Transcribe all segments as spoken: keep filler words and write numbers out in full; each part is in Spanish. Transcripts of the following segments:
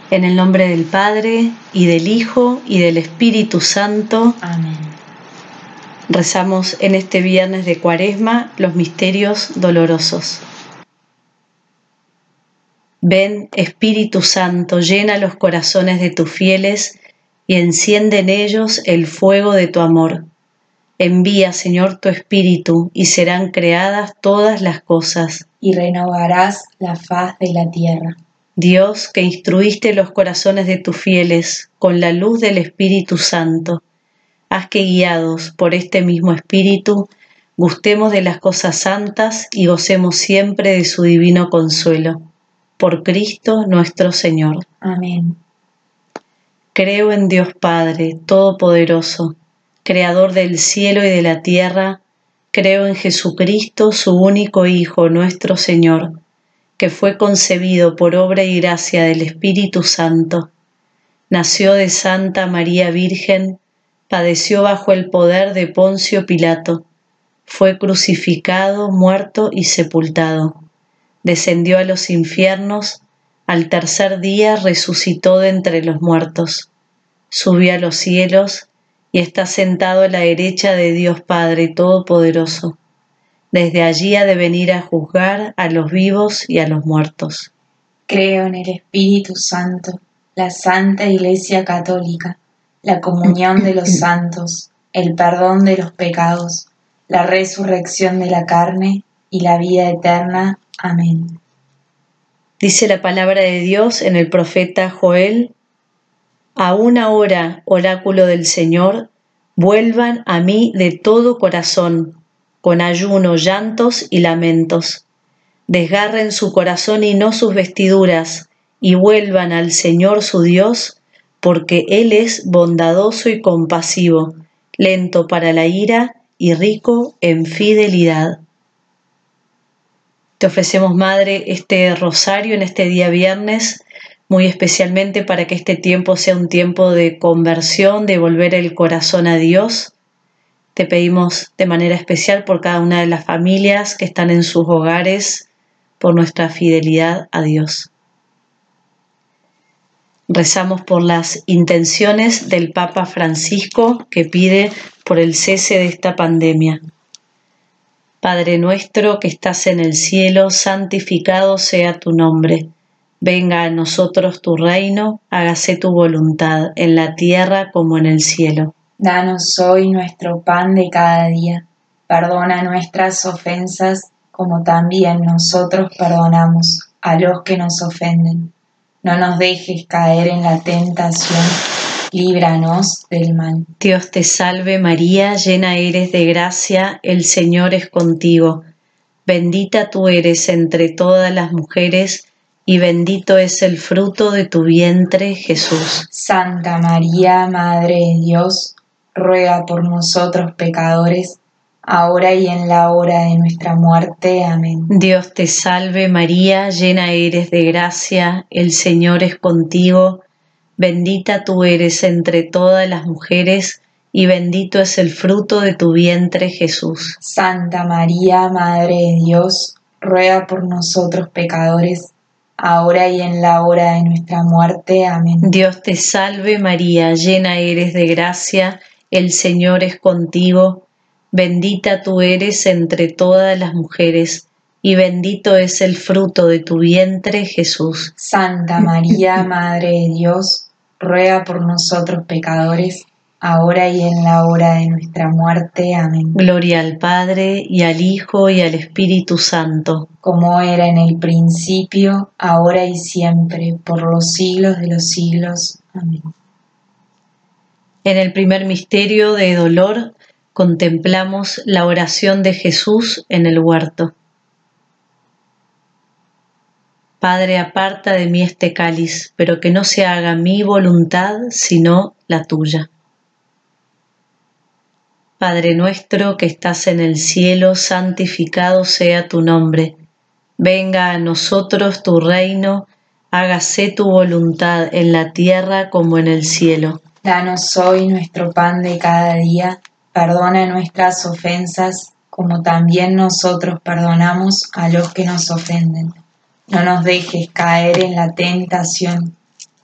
En el nombre del Padre, y del Hijo, y del Espíritu Santo. Amén. Rezamos en este viernes de Cuaresma los misterios dolorosos. Ven, Espíritu Santo, llena los corazones de tus fieles y enciende en ellos el fuego de tu amor. Envía, Señor, tu Espíritu, y serán creadas todas las cosas. Y renovarás la faz de la tierra. Dios, que instruiste los corazones de tus fieles con la luz del Espíritu Santo, haz que guiados por este mismo Espíritu, gustemos de las cosas santas y gocemos siempre de su divino consuelo. Por Cristo nuestro Señor. Amén. Creo en Dios Padre Todopoderoso, Creador del cielo y de la tierra. Creo en Jesucristo, su único Hijo, nuestro Señor, que fue concebido por obra y gracia del Espíritu Santo. Nació de Santa María Virgen, padeció bajo el poder de Poncio Pilato, fue crucificado, muerto y sepultado. Descendió a los infiernos, al tercer día resucitó de entre los muertos. Subió a los cielos y está sentado a la derecha de Dios Padre Todopoderoso. Desde allí ha de venir a juzgar a los vivos y a los muertos. Creo en el Espíritu Santo, la Santa Iglesia Católica, la comunión de los santos, el perdón de los pecados, la resurrección de la carne y la vida eterna. Amén. Dice la palabra de Dios en el profeta Joel: aún ahora, oráculo del Señor, vuelvan a mí de todo corazón, con ayuno, llantos y lamentos. Desgarren su corazón y no sus vestiduras, y vuelvan al Señor su Dios, porque Él es bondadoso y compasivo, lento para la ira y rico en fidelidad. Te ofrecemos, Madre, este rosario en este día viernes, muy especialmente para que este tiempo sea un tiempo de conversión, de volver el corazón a Dios. Te pedimos de manera especial por cada una de las familias que están en sus hogares, por nuestra fidelidad a Dios. Rezamos por las intenciones del Papa Francisco, que pide por el cese de esta pandemia. Padre nuestro que estás en el cielo, santificado sea tu nombre. Venga a nosotros tu reino, hágase tu voluntad, en la tierra como en el cielo. Danos hoy nuestro pan de cada día. Perdona nuestras ofensas, como también nosotros perdonamos a los que nos ofenden. No nos dejes caer en la tentación, líbranos del mal. Dios te salve María, llena eres de gracia, el Señor es contigo. Bendita tú eres entre todas las mujeres, y bendito es el fruto de tu vientre, Jesús. Santa María, Madre de Dios, ruega por nosotros pecadores, ahora y en la hora de nuestra muerte. Amén. Dios te salve María, llena eres de gracia, el Señor es contigo. Bendita tú eres entre todas las mujeres, y bendito es el fruto de tu vientre, Jesús. Santa María, Madre de Dios, ruega por nosotros pecadores, ahora y en la hora de nuestra muerte. Amén. Dios te salve María, llena eres de gracia, el Señor es contigo. Bendita tú eres entre todas las mujeres, y bendito es el fruto de tu vientre, Jesús. Santa María, Madre de Dios, ruega por nosotros pecadores, ahora y en la hora de nuestra muerte. Amén. Gloria al Padre, y al Hijo, y al Espíritu Santo. Como era en el principio, ahora y siempre, por los siglos de los siglos. Amén. En el primer misterio de dolor, contemplamos la oración de Jesús en el huerto. Padre, aparta de mí este cáliz, pero que no se haga mi voluntad, sino la tuya. Padre nuestro que estás en el cielo, santificado sea tu nombre. Venga a nosotros tu reino, hágase tu voluntad en la tierra como en el cielo. Danos hoy nuestro pan de cada día, perdona nuestras ofensas, como también nosotros perdonamos a los que nos ofenden. No nos dejes caer en la tentación,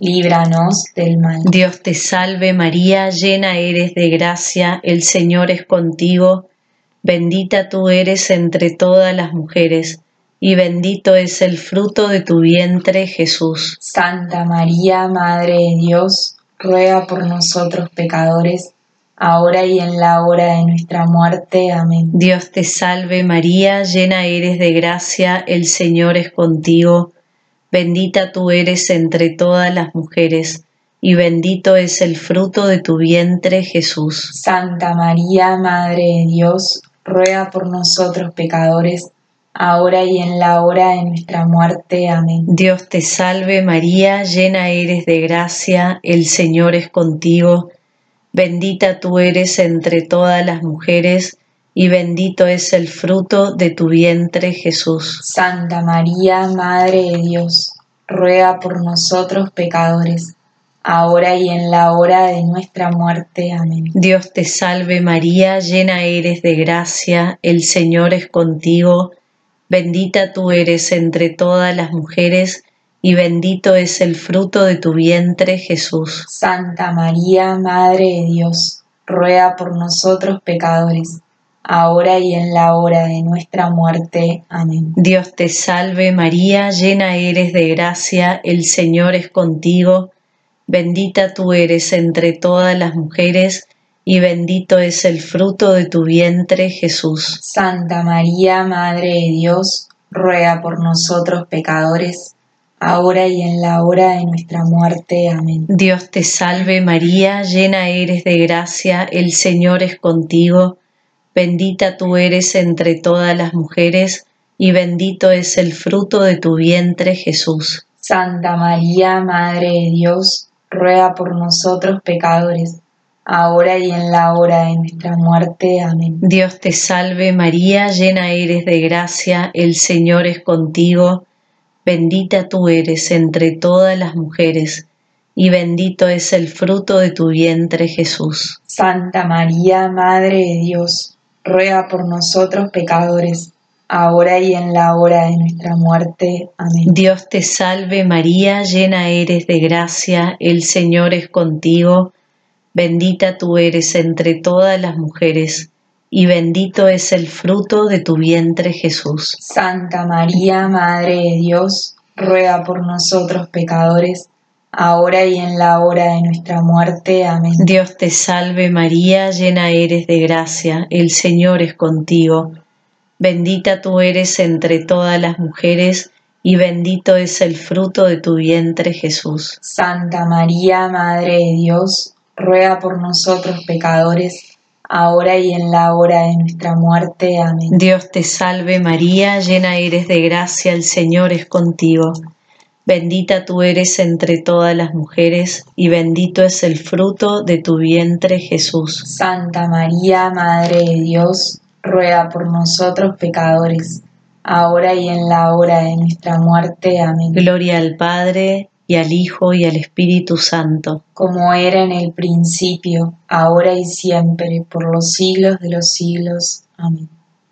líbranos del mal. Dios te salve María, llena eres de gracia, el Señor es contigo. Bendita tú eres entre todas las mujeres, y bendito es el fruto de tu vientre, Jesús. Santa María, Madre de Dios, ruega por nosotros pecadores, ahora y en la hora de nuestra muerte. Amén. Dios te salve María, llena eres de gracia, el Señor es contigo. Bendita tú eres entre todas las mujeres, y bendito es el fruto de tu vientre, Jesús. Santa María, Madre de Dios, ruega por nosotros pecadores, ahora y en la hora de nuestra muerte. Amén. Dios te salve María, llena eres de gracia, el Señor es contigo. Bendita tú eres entre todas las mujeres, y bendito es el fruto de tu vientre, Jesús. Santa María, Madre de Dios, ruega por nosotros pecadores, ahora y en la hora de nuestra muerte. Amén. Dios te salve María, llena eres de gracia, el Señor es contigo. Bendita tú eres entre todas las mujeres, y bendito es el fruto de tu vientre, Jesús. Santa María, Madre de Dios, ruega por nosotros pecadores, ahora y en la hora de nuestra muerte. Amén. Dios te salve María, llena eres de gracia, el Señor es contigo. Bendita tú eres entre todas las mujeres, y bendito es el fruto de tu vientre, Jesús. Santa María, Madre de Dios, ruega por nosotros pecadores, ahora y en la hora de nuestra muerte. Amén. Dios te salve María, llena eres de gracia, el Señor es contigo. Bendita tú eres entre todas las mujeres, y bendito es el fruto de tu vientre, Jesús. Santa María, Madre de Dios, ruega por nosotros pecadores, ahora y en la hora de nuestra muerte. Amén. Dios te salve María, llena eres de gracia, el Señor es contigo. Bendita tú eres entre todas las mujeres, y bendito es el fruto de tu vientre, Jesús. Santa María, Madre de Dios, ruega por nosotros pecadores, ahora y en la hora de nuestra muerte. Amén. Dios te salve María, llena eres de gracia, el Señor es contigo. Bendita tú eres entre todas las mujeres, y bendito es el fruto de tu vientre, Jesús. Santa María, Madre de Dios, ruega por nosotros pecadores, ahora y en la hora de nuestra muerte. Amén. Dios te salve María, llena eres de gracia, el Señor es contigo. Bendita tú eres entre todas las mujeres, y bendito es el fruto de tu vientre, Jesús. Santa María, Madre de Dios, ruega por nosotros pecadores, ahora y en la hora de nuestra muerte. Amén. Dios te salve María, llena eres de gracia, el Señor es contigo. Bendita tú eres entre todas las mujeres, y bendito es el fruto de tu vientre, Jesús. Santa María, Madre de Dios, ruega por nosotros pecadores, ahora y en la hora de nuestra muerte. Amén. Gloria al Padre, y al Hijo, y al Espíritu Santo, como era en el principio, ahora y siempre, por los siglos de los siglos. Amén.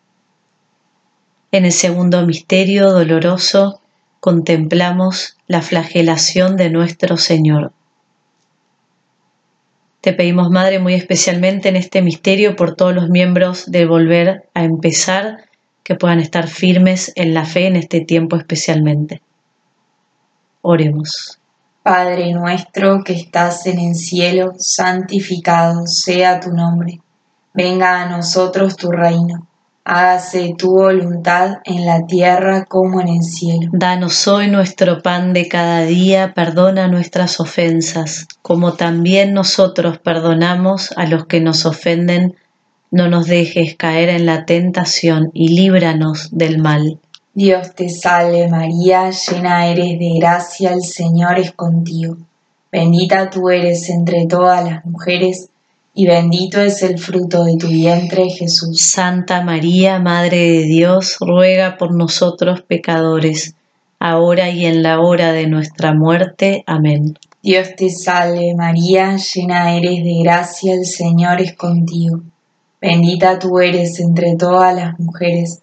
En el segundo misterio doloroso contemplamos la flagelación de nuestro Señor. Te pedimos, Madre, muy especialmente en este misterio por todos los miembros de Volver a Empezar, que puedan estar firmes en la fe en este tiempo especialmente. Oremos. Padre nuestro que estás en el cielo, santificado sea tu nombre. Venga a nosotros tu reino. Hágase tu voluntad en la tierra como en el cielo. Danos hoy nuestro pan de cada día, perdona nuestras ofensas, como también nosotros perdonamos a los que nos ofenden. No nos dejes caer en la tentación y líbranos del mal. Dios te salve María, llena eres de gracia, el Señor es contigo. Bendita tú eres entre todas las mujeres, y bendito es el fruto de tu vientre, Jesús. Santa María, Madre de Dios, ruega por nosotros pecadores, ahora y en la hora de nuestra muerte. Amén. Dios te salve María, llena eres de gracia, el Señor es contigo. Bendita tú eres entre todas las mujeres,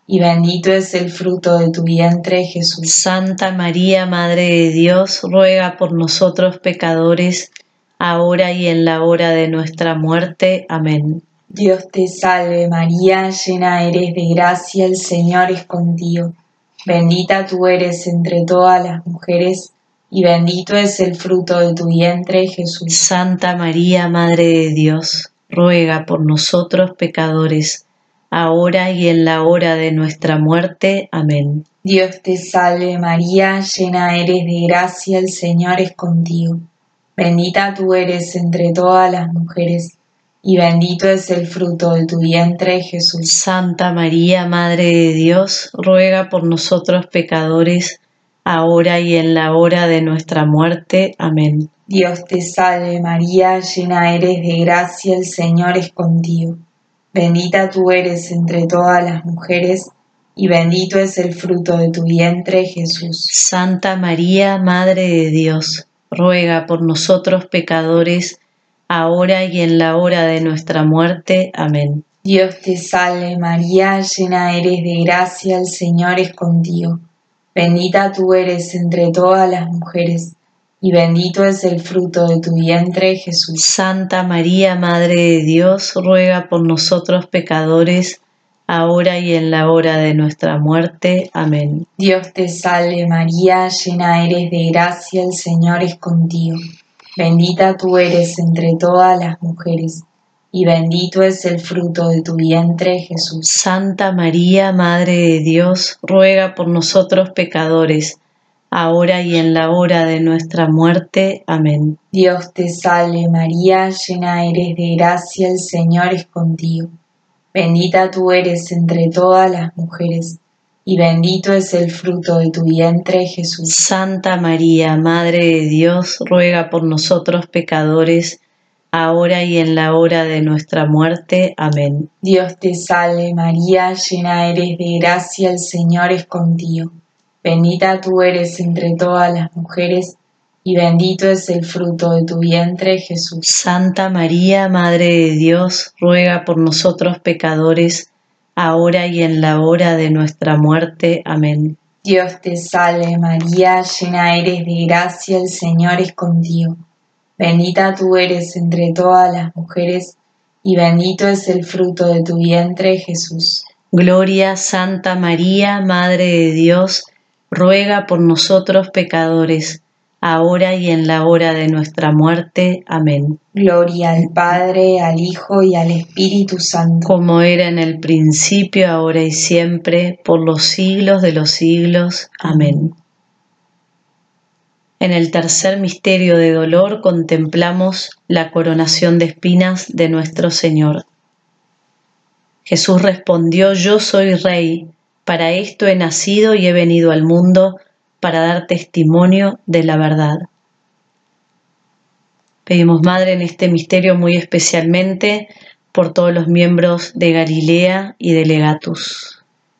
y bendito es el fruto de tu vientre, Jesús. Santa María, Madre de Dios, ruega por nosotros pecadores, ahora y en la hora de nuestra muerte. Amén. Dios te salve María, llena eres de gracia, el Señor es contigo. Bendita tú eres entre todas las mujeres, y bendito es el fruto de tu vientre, Jesús. Santa María, Madre de Dios, ruega por nosotros pecadores, ahora y en la hora de nuestra muerte. Amén. Dios te salve María, llena eres de gracia, el Señor es contigo. Bendita tú eres entre todas las mujeres, y bendito es el fruto de tu vientre, Jesús. Santa María, Madre de Dios, ruega por nosotros pecadores, ahora y en la hora de nuestra muerte. Amén. Dios te salve María, llena eres de gracia, el Señor es contigo. Bendita tú eres entre todas las mujeres, y bendito es el fruto de tu vientre, Jesús. Santa María, Madre de Dios, ruega por nosotros pecadores, ahora y en la hora de nuestra muerte. Amén. Dios te salve María, llena eres de gracia, el Señor es contigo. Bendita tú eres entre todas las mujeres, y bendito es el fruto de tu vientre, Jesús. Santa María, Madre de Dios, ruega por nosotros pecadores, ahora y en la hora de nuestra muerte. Amén. Dios te salve María, llena eres de gracia, el Señor es contigo. Bendita tú eres entre todas las mujeres, y bendito es el fruto de tu vientre, Jesús. Santa María, Madre de Dios, ruega por nosotros pecadores, ahora y en la hora de nuestra muerte. Amén. Dios te salve María, llena eres de gracia, el Señor es contigo. Bendita tú eres entre todas las mujeres, y bendito es el fruto de tu vientre, Jesús. Santa María, Madre de Dios, ruega por nosotros pecadores, ahora y en la hora de nuestra muerte. Amén. Dios te salve María, llena eres de gracia, el Señor es contigo. Bendita tú eres entre todas las mujeres, y bendito es el fruto de tu vientre, Jesús. Santa María, Madre de Dios, ruega por nosotros pecadores, ahora y en la hora de nuestra muerte. Amén. Dios te salve María, llena eres de gracia, el Señor es contigo. Bendita tú eres entre todas las mujeres, y bendito es el fruto de tu vientre, Jesús. Gloria, Santa María, Madre de Dios, ruega por nosotros pecadores, ahora y en la hora de nuestra muerte. Amén. Gloria al Padre, al Hijo y al Espíritu Santo. Como era en el principio, ahora y siempre, por los siglos de los siglos. Amén. En el tercer misterio de dolor contemplamos la coronación de espinas de nuestro Señor. Jesús respondió: Yo soy Rey, para esto he nacido y he venido al mundo, para dar testimonio de la verdad. Pedimos, Madre, en este misterio muy especialmente por todos los miembros de Galilea y de Legatus.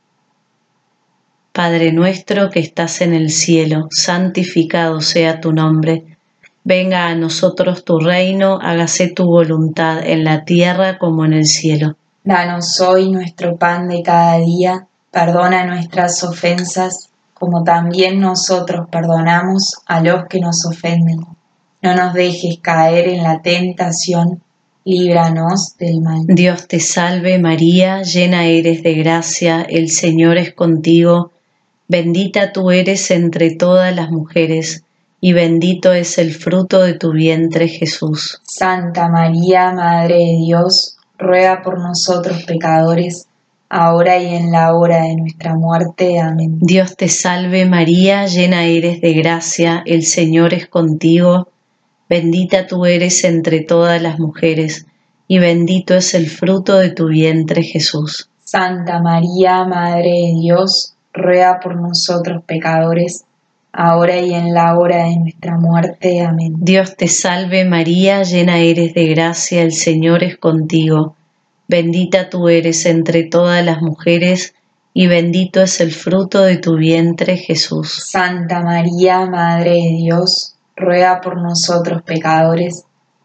Padre nuestro que estás en el cielo, santificado sea tu nombre. Venga a nosotros tu reino, hágase tu voluntad en la tierra como en el cielo. Danos hoy nuestro pan de cada día, perdona nuestras ofensas, como también nosotros perdonamos a los que nos ofenden. No nos dejes caer en la tentación, líbranos del mal. Dios te salve María, llena eres de gracia, el Señor es contigo. Bendita tú eres entre todas las mujeres, y bendito es el fruto de tu vientre, Jesús. Santa María, Madre de Dios, ruega por nosotros pecadores, ahora y en la hora de nuestra muerte. Amén. Dios te salve María, llena eres de gracia, el Señor es contigo. Bendita tú eres entre todas las mujeres, y bendito es el fruto de tu vientre, Jesús. Santa María, Madre de Dios, ruega por nosotros pecadores, ahora y en la hora de nuestra muerte. Amén. Dios te salve María, llena eres de gracia, el Señor es contigo. Bendita tú eres entre todas las mujeres, y bendito es el fruto de tu vientre, Jesús. Santa María, Madre de Dios, ruega por nosotros pecadores,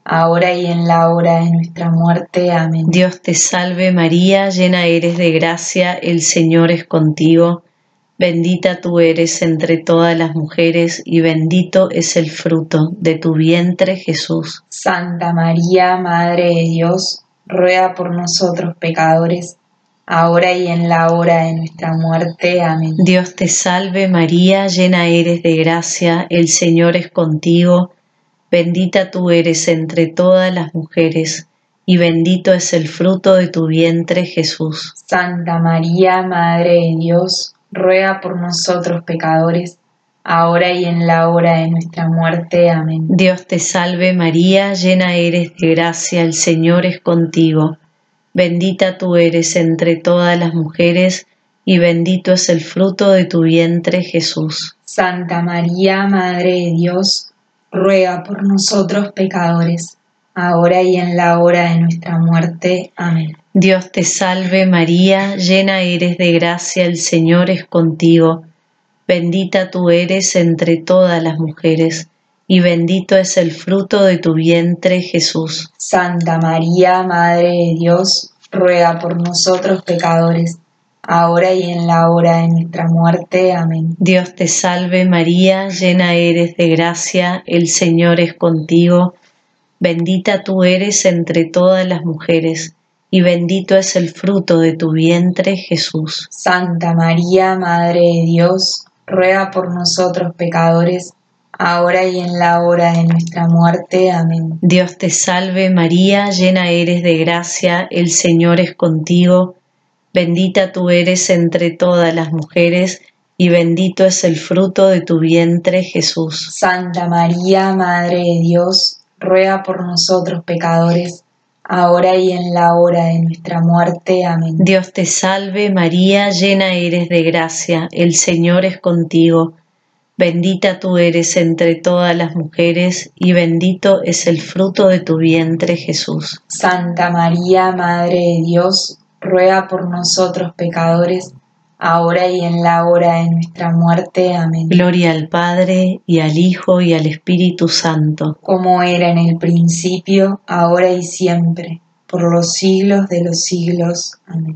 ahora y en la hora de nuestra muerte. Amén. Dios te salve María, llena eres de gracia, el Señor es contigo. Bendita tú eres entre todas las mujeres y bendito es el fruto de tu vientre, Jesús. Santa María, Madre de Dios, ruega por nosotros pecadores, ahora y en la hora de nuestra muerte. Amén. Dios te salve María, llena eres de gracia, el Señor es contigo. Bendita tú eres entre todas las mujeres, y bendito es el fruto de tu vientre, Jesús. Santa María, Madre de Dios, ruega por nosotros pecadores, ahora y en la hora de nuestra muerte. Amén. Dios te salve María, llena eres de gracia, el Señor es contigo. Bendita tú eres entre todas las mujeres, y bendito es el fruto de tu vientre, Jesús. Santa María, Madre de Dios, ruega por nosotros pecadores, ahora y en la hora de nuestra muerte. Amén. Dios te salve María, llena eres de gracia, el Señor es contigo. Bendita tú eres entre todas las mujeres, y bendito es el fruto de tu vientre, Jesús. Santa María, Madre de Dios, ruega por nosotros pecadores, ahora y en la hora de nuestra muerte. Amén. Dios te salve María, llena eres de gracia, el Señor es contigo. Bendita tú eres entre todas las mujeres, y bendito es el fruto de tu vientre, Jesús. Santa María, Madre de Dios, ruega por nosotros pecadores, ahora y en la hora de nuestra muerte. Amén. Dios te salve María, llena eres de gracia, el Señor es contigo. Bendita tú eres entre todas las mujeres, y bendito es el fruto de tu vientre, Jesús. Santa María, Madre de Dios, ruega por nosotros pecadores, ahora y en la hora de nuestra muerte. Amén. Dios te salve María, llena eres de gracia, el Señor es contigo. Bendita tú eres entre todas las mujeres, y bendito es el fruto de tu vientre, Jesús. Santa María, Madre de Dios, ruega por nosotros pecadores, ahora y en la hora de nuestra muerte. Amén. Gloria al Padre, y al Hijo, y al Espíritu Santo. Como era en el principio, ahora y siempre, por los siglos de los siglos. Amén.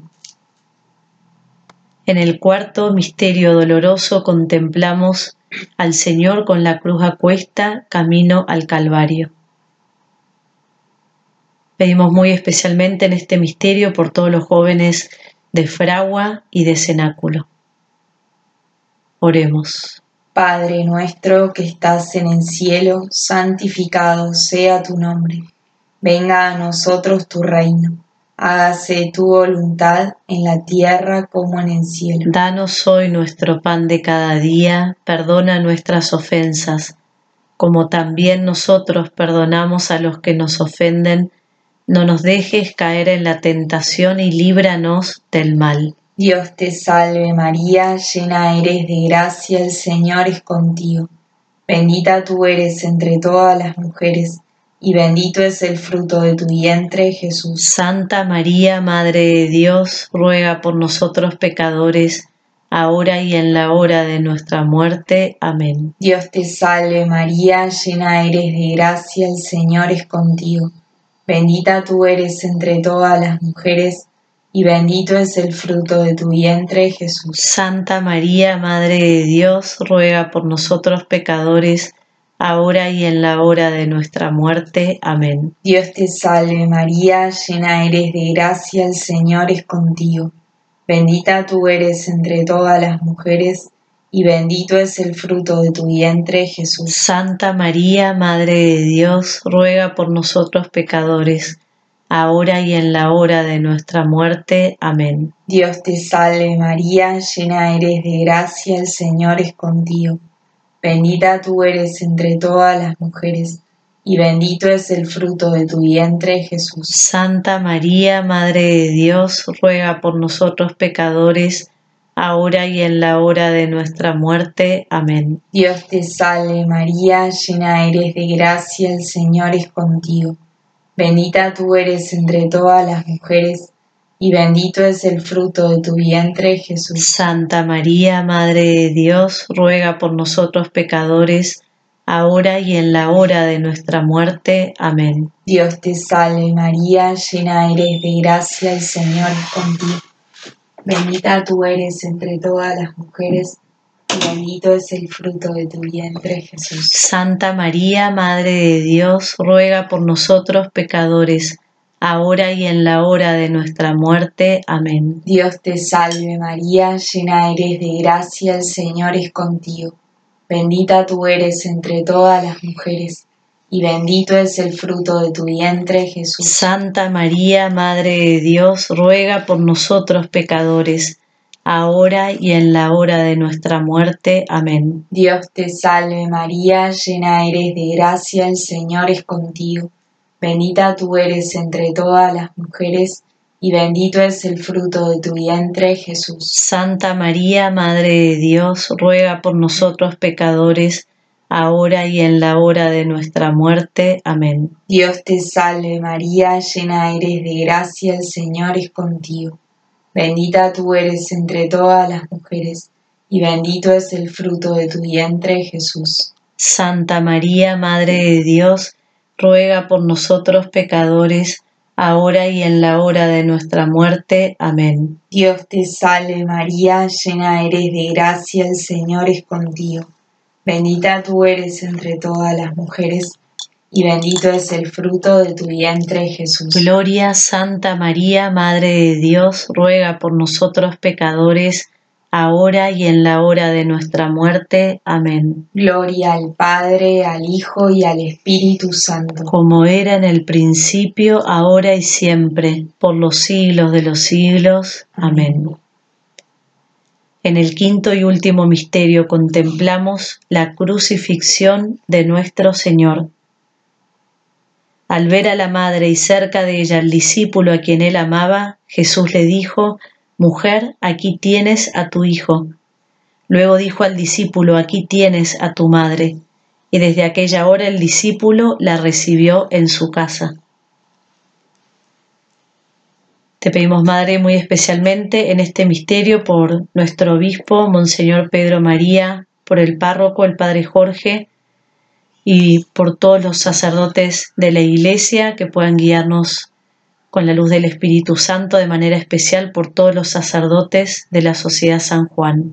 En el cuarto misterio doloroso contemplamos al Señor con la cruz a cuesta, camino al Calvario. Pedimos muy especialmente en este misterio por todos los jóvenes de Fragua y de Cenáculo. Oremos. Padre nuestro que estás en el cielo, santificado sea tu nombre. Venga a nosotros tu reino. Hágase tu voluntad en la tierra como en el cielo. Danos hoy nuestro pan de cada día, perdona nuestras ofensas, como también nosotros perdonamos a los que nos ofenden. No nos dejes caer en la tentación y líbranos del mal. Dios te salve María, llena eres de gracia, el Señor es contigo. Bendita tú eres entre todas las mujeres, y bendito es el fruto de tu vientre, Jesús. Santa María, Madre de Dios, ruega por nosotros pecadores, ahora y en la hora de nuestra muerte. Amén. Dios te salve María, llena eres de gracia, el Señor es contigo. Bendita tú eres entre todas las mujeres, y bendito es el fruto de tu vientre, Jesús. Santa María, Madre de Dios, ruega por nosotros pecadores, ahora y en la hora de nuestra muerte. Amén. Dios te salve María, llena eres de gracia, el Señor es contigo. Bendita tú eres entre todas las mujeres, y bendito es el fruto de tu vientre, Jesús. Santa María, Madre de Dios, ruega por nosotros pecadores, ahora y en la hora de nuestra muerte. Amén. Dios te salve María, llena eres de gracia, el Señor es contigo. Bendita tú eres entre todas las mujeres, y bendito es el fruto de tu vientre, Jesús. Santa María, Madre de Dios, ruega por nosotros pecadores, ahora y en la hora de nuestra muerte. Amén. Dios te salve María, llena eres de gracia, el Señor es contigo. Bendita tú eres entre todas las mujeres, y bendito es el fruto de tu vientre, Jesús. Santa María, Madre de Dios, ruega por nosotros pecadores, ahora y en la hora de nuestra muerte. Amén. Dios te salve María, llena eres de gracia, el Señor es contigo. Bendita tú eres entre todas las mujeres, y bendito es el fruto de tu vientre, Jesús. Santa María, Madre de Dios, ruega por nosotros pecadores, ahora y en la hora de nuestra muerte. Amén. Dios te salve María, llena eres de gracia, el Señor es contigo. Bendita tú eres entre todas las mujeres, y bendito es el fruto de tu vientre, Jesús. Santa María, Madre de Dios, ruega por nosotros pecadores, ahora y en la hora de nuestra muerte. Amén. Dios te salve María, llena eres de gracia, el Señor es contigo. Bendita tú eres entre todas las mujeres, y bendito es el fruto de tu vientre, Jesús. Santa María, Madre de Dios, ruega por nosotros pecadores, ahora y en la hora de nuestra muerte. Amén. Dios te salve María, llena eres de gracia, el Señor es contigo. Bendita tú eres entre todas las mujeres, y bendito es el fruto de tu vientre, Jesús. Santa María, Madre de Dios, ruega por nosotros pecadores, ahora y en la hora de nuestra muerte. Amén. Dios te salve María, llena eres de gracia, el Señor es contigo. Bendita tú eres entre todas las mujeres, y bendito es el fruto de tu vientre, Jesús. Gloria, Santa María, Madre de Dios, ruega por nosotros pecadores, ahora y en la hora de nuestra muerte. Amén. Gloria al Padre, al Hijo y al Espíritu Santo. Como era en el principio, ahora y siempre, por los siglos de los siglos. Amén. En el quinto y último misterio contemplamos la crucifixión de nuestro Señor. Al ver a la madre y cerca de ella al discípulo a quien él amaba, Jesús le dijo: «Mujer, aquí tienes a tu hijo». Luego dijo al discípulo: «Aquí tienes a tu madre». Y desde aquella hora el discípulo la recibió en su casa. Te pedimos, Madre, muy especialmente en este misterio por nuestro obispo, Monseñor Pedro María, por el párroco, el Padre Jorge, y por todos los sacerdotes de la Iglesia, que puedan guiarnos con la luz del Espíritu Santo, de manera especial por todos los sacerdotes de la Sociedad San Juan.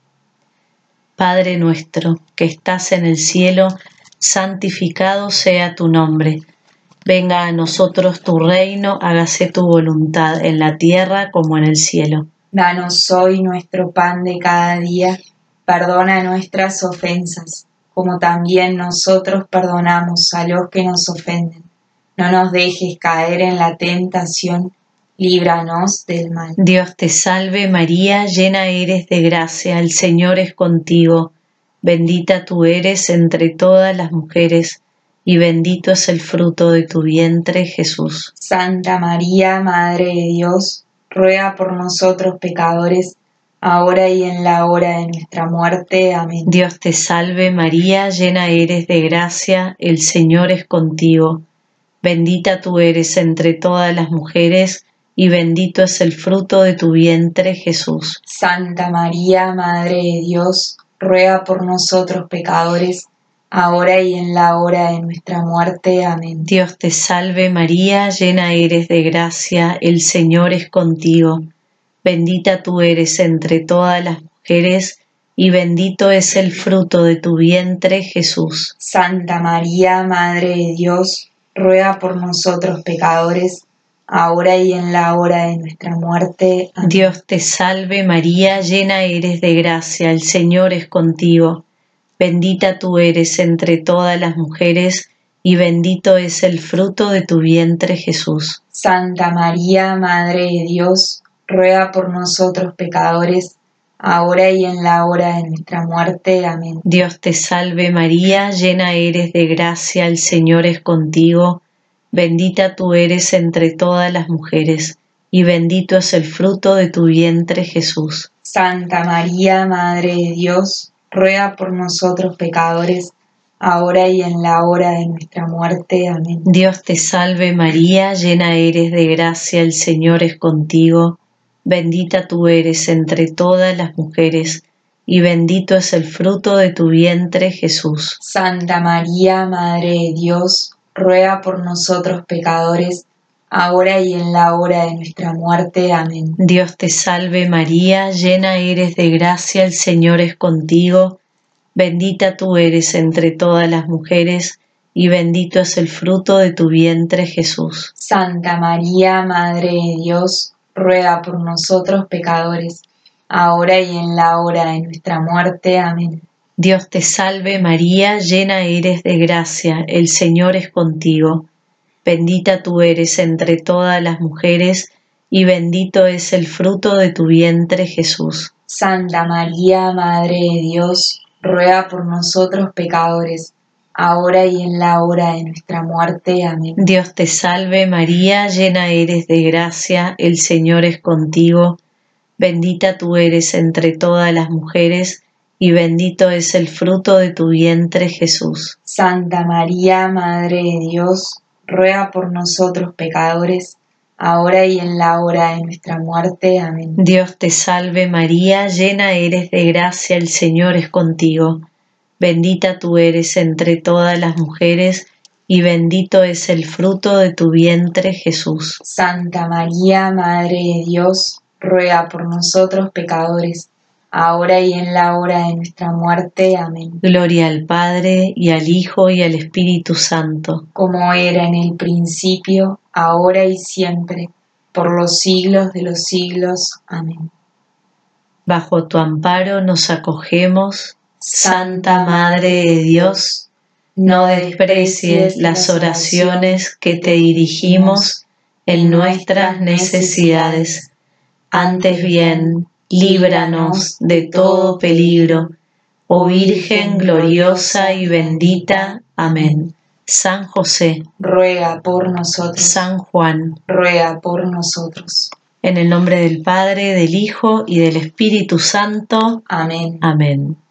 Padre nuestro, que estás en el cielo, santificado sea tu nombre. Venga a nosotros tu reino, hágase tu voluntad en la tierra como en el cielo. Danos hoy nuestro pan de cada día, perdona nuestras ofensas, como también nosotros perdonamos a los que nos ofenden. No nos dejes caer en la tentación, líbranos del mal. Dios te salve María, llena eres de gracia, el Señor es contigo. Bendita tú eres entre todas las mujeres, y bendito es el fruto de tu vientre, Jesús. Santa María, Madre de Dios, ruega por nosotros pecadores, ahora y en la hora de nuestra muerte. Amén. Dios te salve María, llena eres de gracia, el Señor es contigo. Bendita tú eres entre todas las mujeres, y bendito es el fruto de tu vientre, Jesús. Santa María, Madre de Dios, ruega por nosotros pecadores, ahora y en la hora de nuestra muerte. Amén. Dios te salve María, llena eres de gracia, el Señor es contigo. Bendita tú eres entre todas las mujeres, y bendito es el fruto de tu vientre, Jesús. Santa María, Madre de Dios, ruega por nosotros pecadores, ahora y en la hora de nuestra muerte. Amén. Dios te salve María, llena eres de gracia, el Señor es contigo. Bendita tú eres entre todas las mujeres, y bendito es el fruto de tu vientre, Jesús. Santa María, Madre de Dios, ruega por nosotros pecadores, ahora y en la hora de nuestra muerte. Amén. Dios te salve María, llena eres de gracia, el Señor es contigo. Bendita tú eres entre todas las mujeres, y bendito es el fruto de tu vientre, Jesús. Santa María, Madre de Dios, ruega por nosotros pecadores, ahora y en la hora de nuestra muerte. Amén. Dios te salve María, llena eres de gracia, el Señor es contigo. Bendita tú eres entre todas las mujeres, y bendito es el fruto de tu vientre, Jesús. Santa María, Madre de Dios, ruega por nosotros pecadores, ahora y en la hora de nuestra muerte. Amén. Dios te salve María, llena eres de gracia, el Señor es contigo. Bendita tú eres entre todas las mujeres, y bendito es el fruto de tu vientre, Jesús. Santa María, Madre de Dios, ruega por nosotros pecadores, ahora y en la hora de nuestra muerte. Amén. Dios te salve María, llena eres de gracia, el Señor es contigo. Bendita tú eres entre todas las mujeres, y bendito es el fruto de tu vientre, Jesús. Santa María, Madre de Dios, ruega por nosotros pecadores, ahora y en la hora de nuestra muerte. Amén. Dios te salve María, llena eres de gracia, el Señor es contigo. Bendita tú eres entre todas las mujeres, y bendito es el fruto de tu vientre, Jesús. Santa María, Madre de Dios, ruega por nosotros pecadores, ahora y en la hora de nuestra muerte. Amén. Dios te salve María, llena eres de gracia, el Señor es contigo. Bendita tú eres entre todas las mujeres, y bendito es el fruto de tu vientre, Jesús. Santa María, Madre de Dios, ruega por nosotros pecadores, ahora y en la hora de nuestra muerte. Amén. Gloria al Padre, y al Hijo, y al Espíritu Santo. Como era en el principio, ahora y siempre, por los siglos de los siglos. Amén. Bajo tu amparo nos acogemos, Santa Madre de Dios. No desprecies las oraciones que te dirigimos en nuestras necesidades. Antes bien, líbranos de todo peligro, oh Virgen gloriosa y bendita. Amén. San José, ruega por nosotros. San Juan, ruega por nosotros. En el nombre del Padre, del Hijo y del Espíritu Santo. Amén. Amén.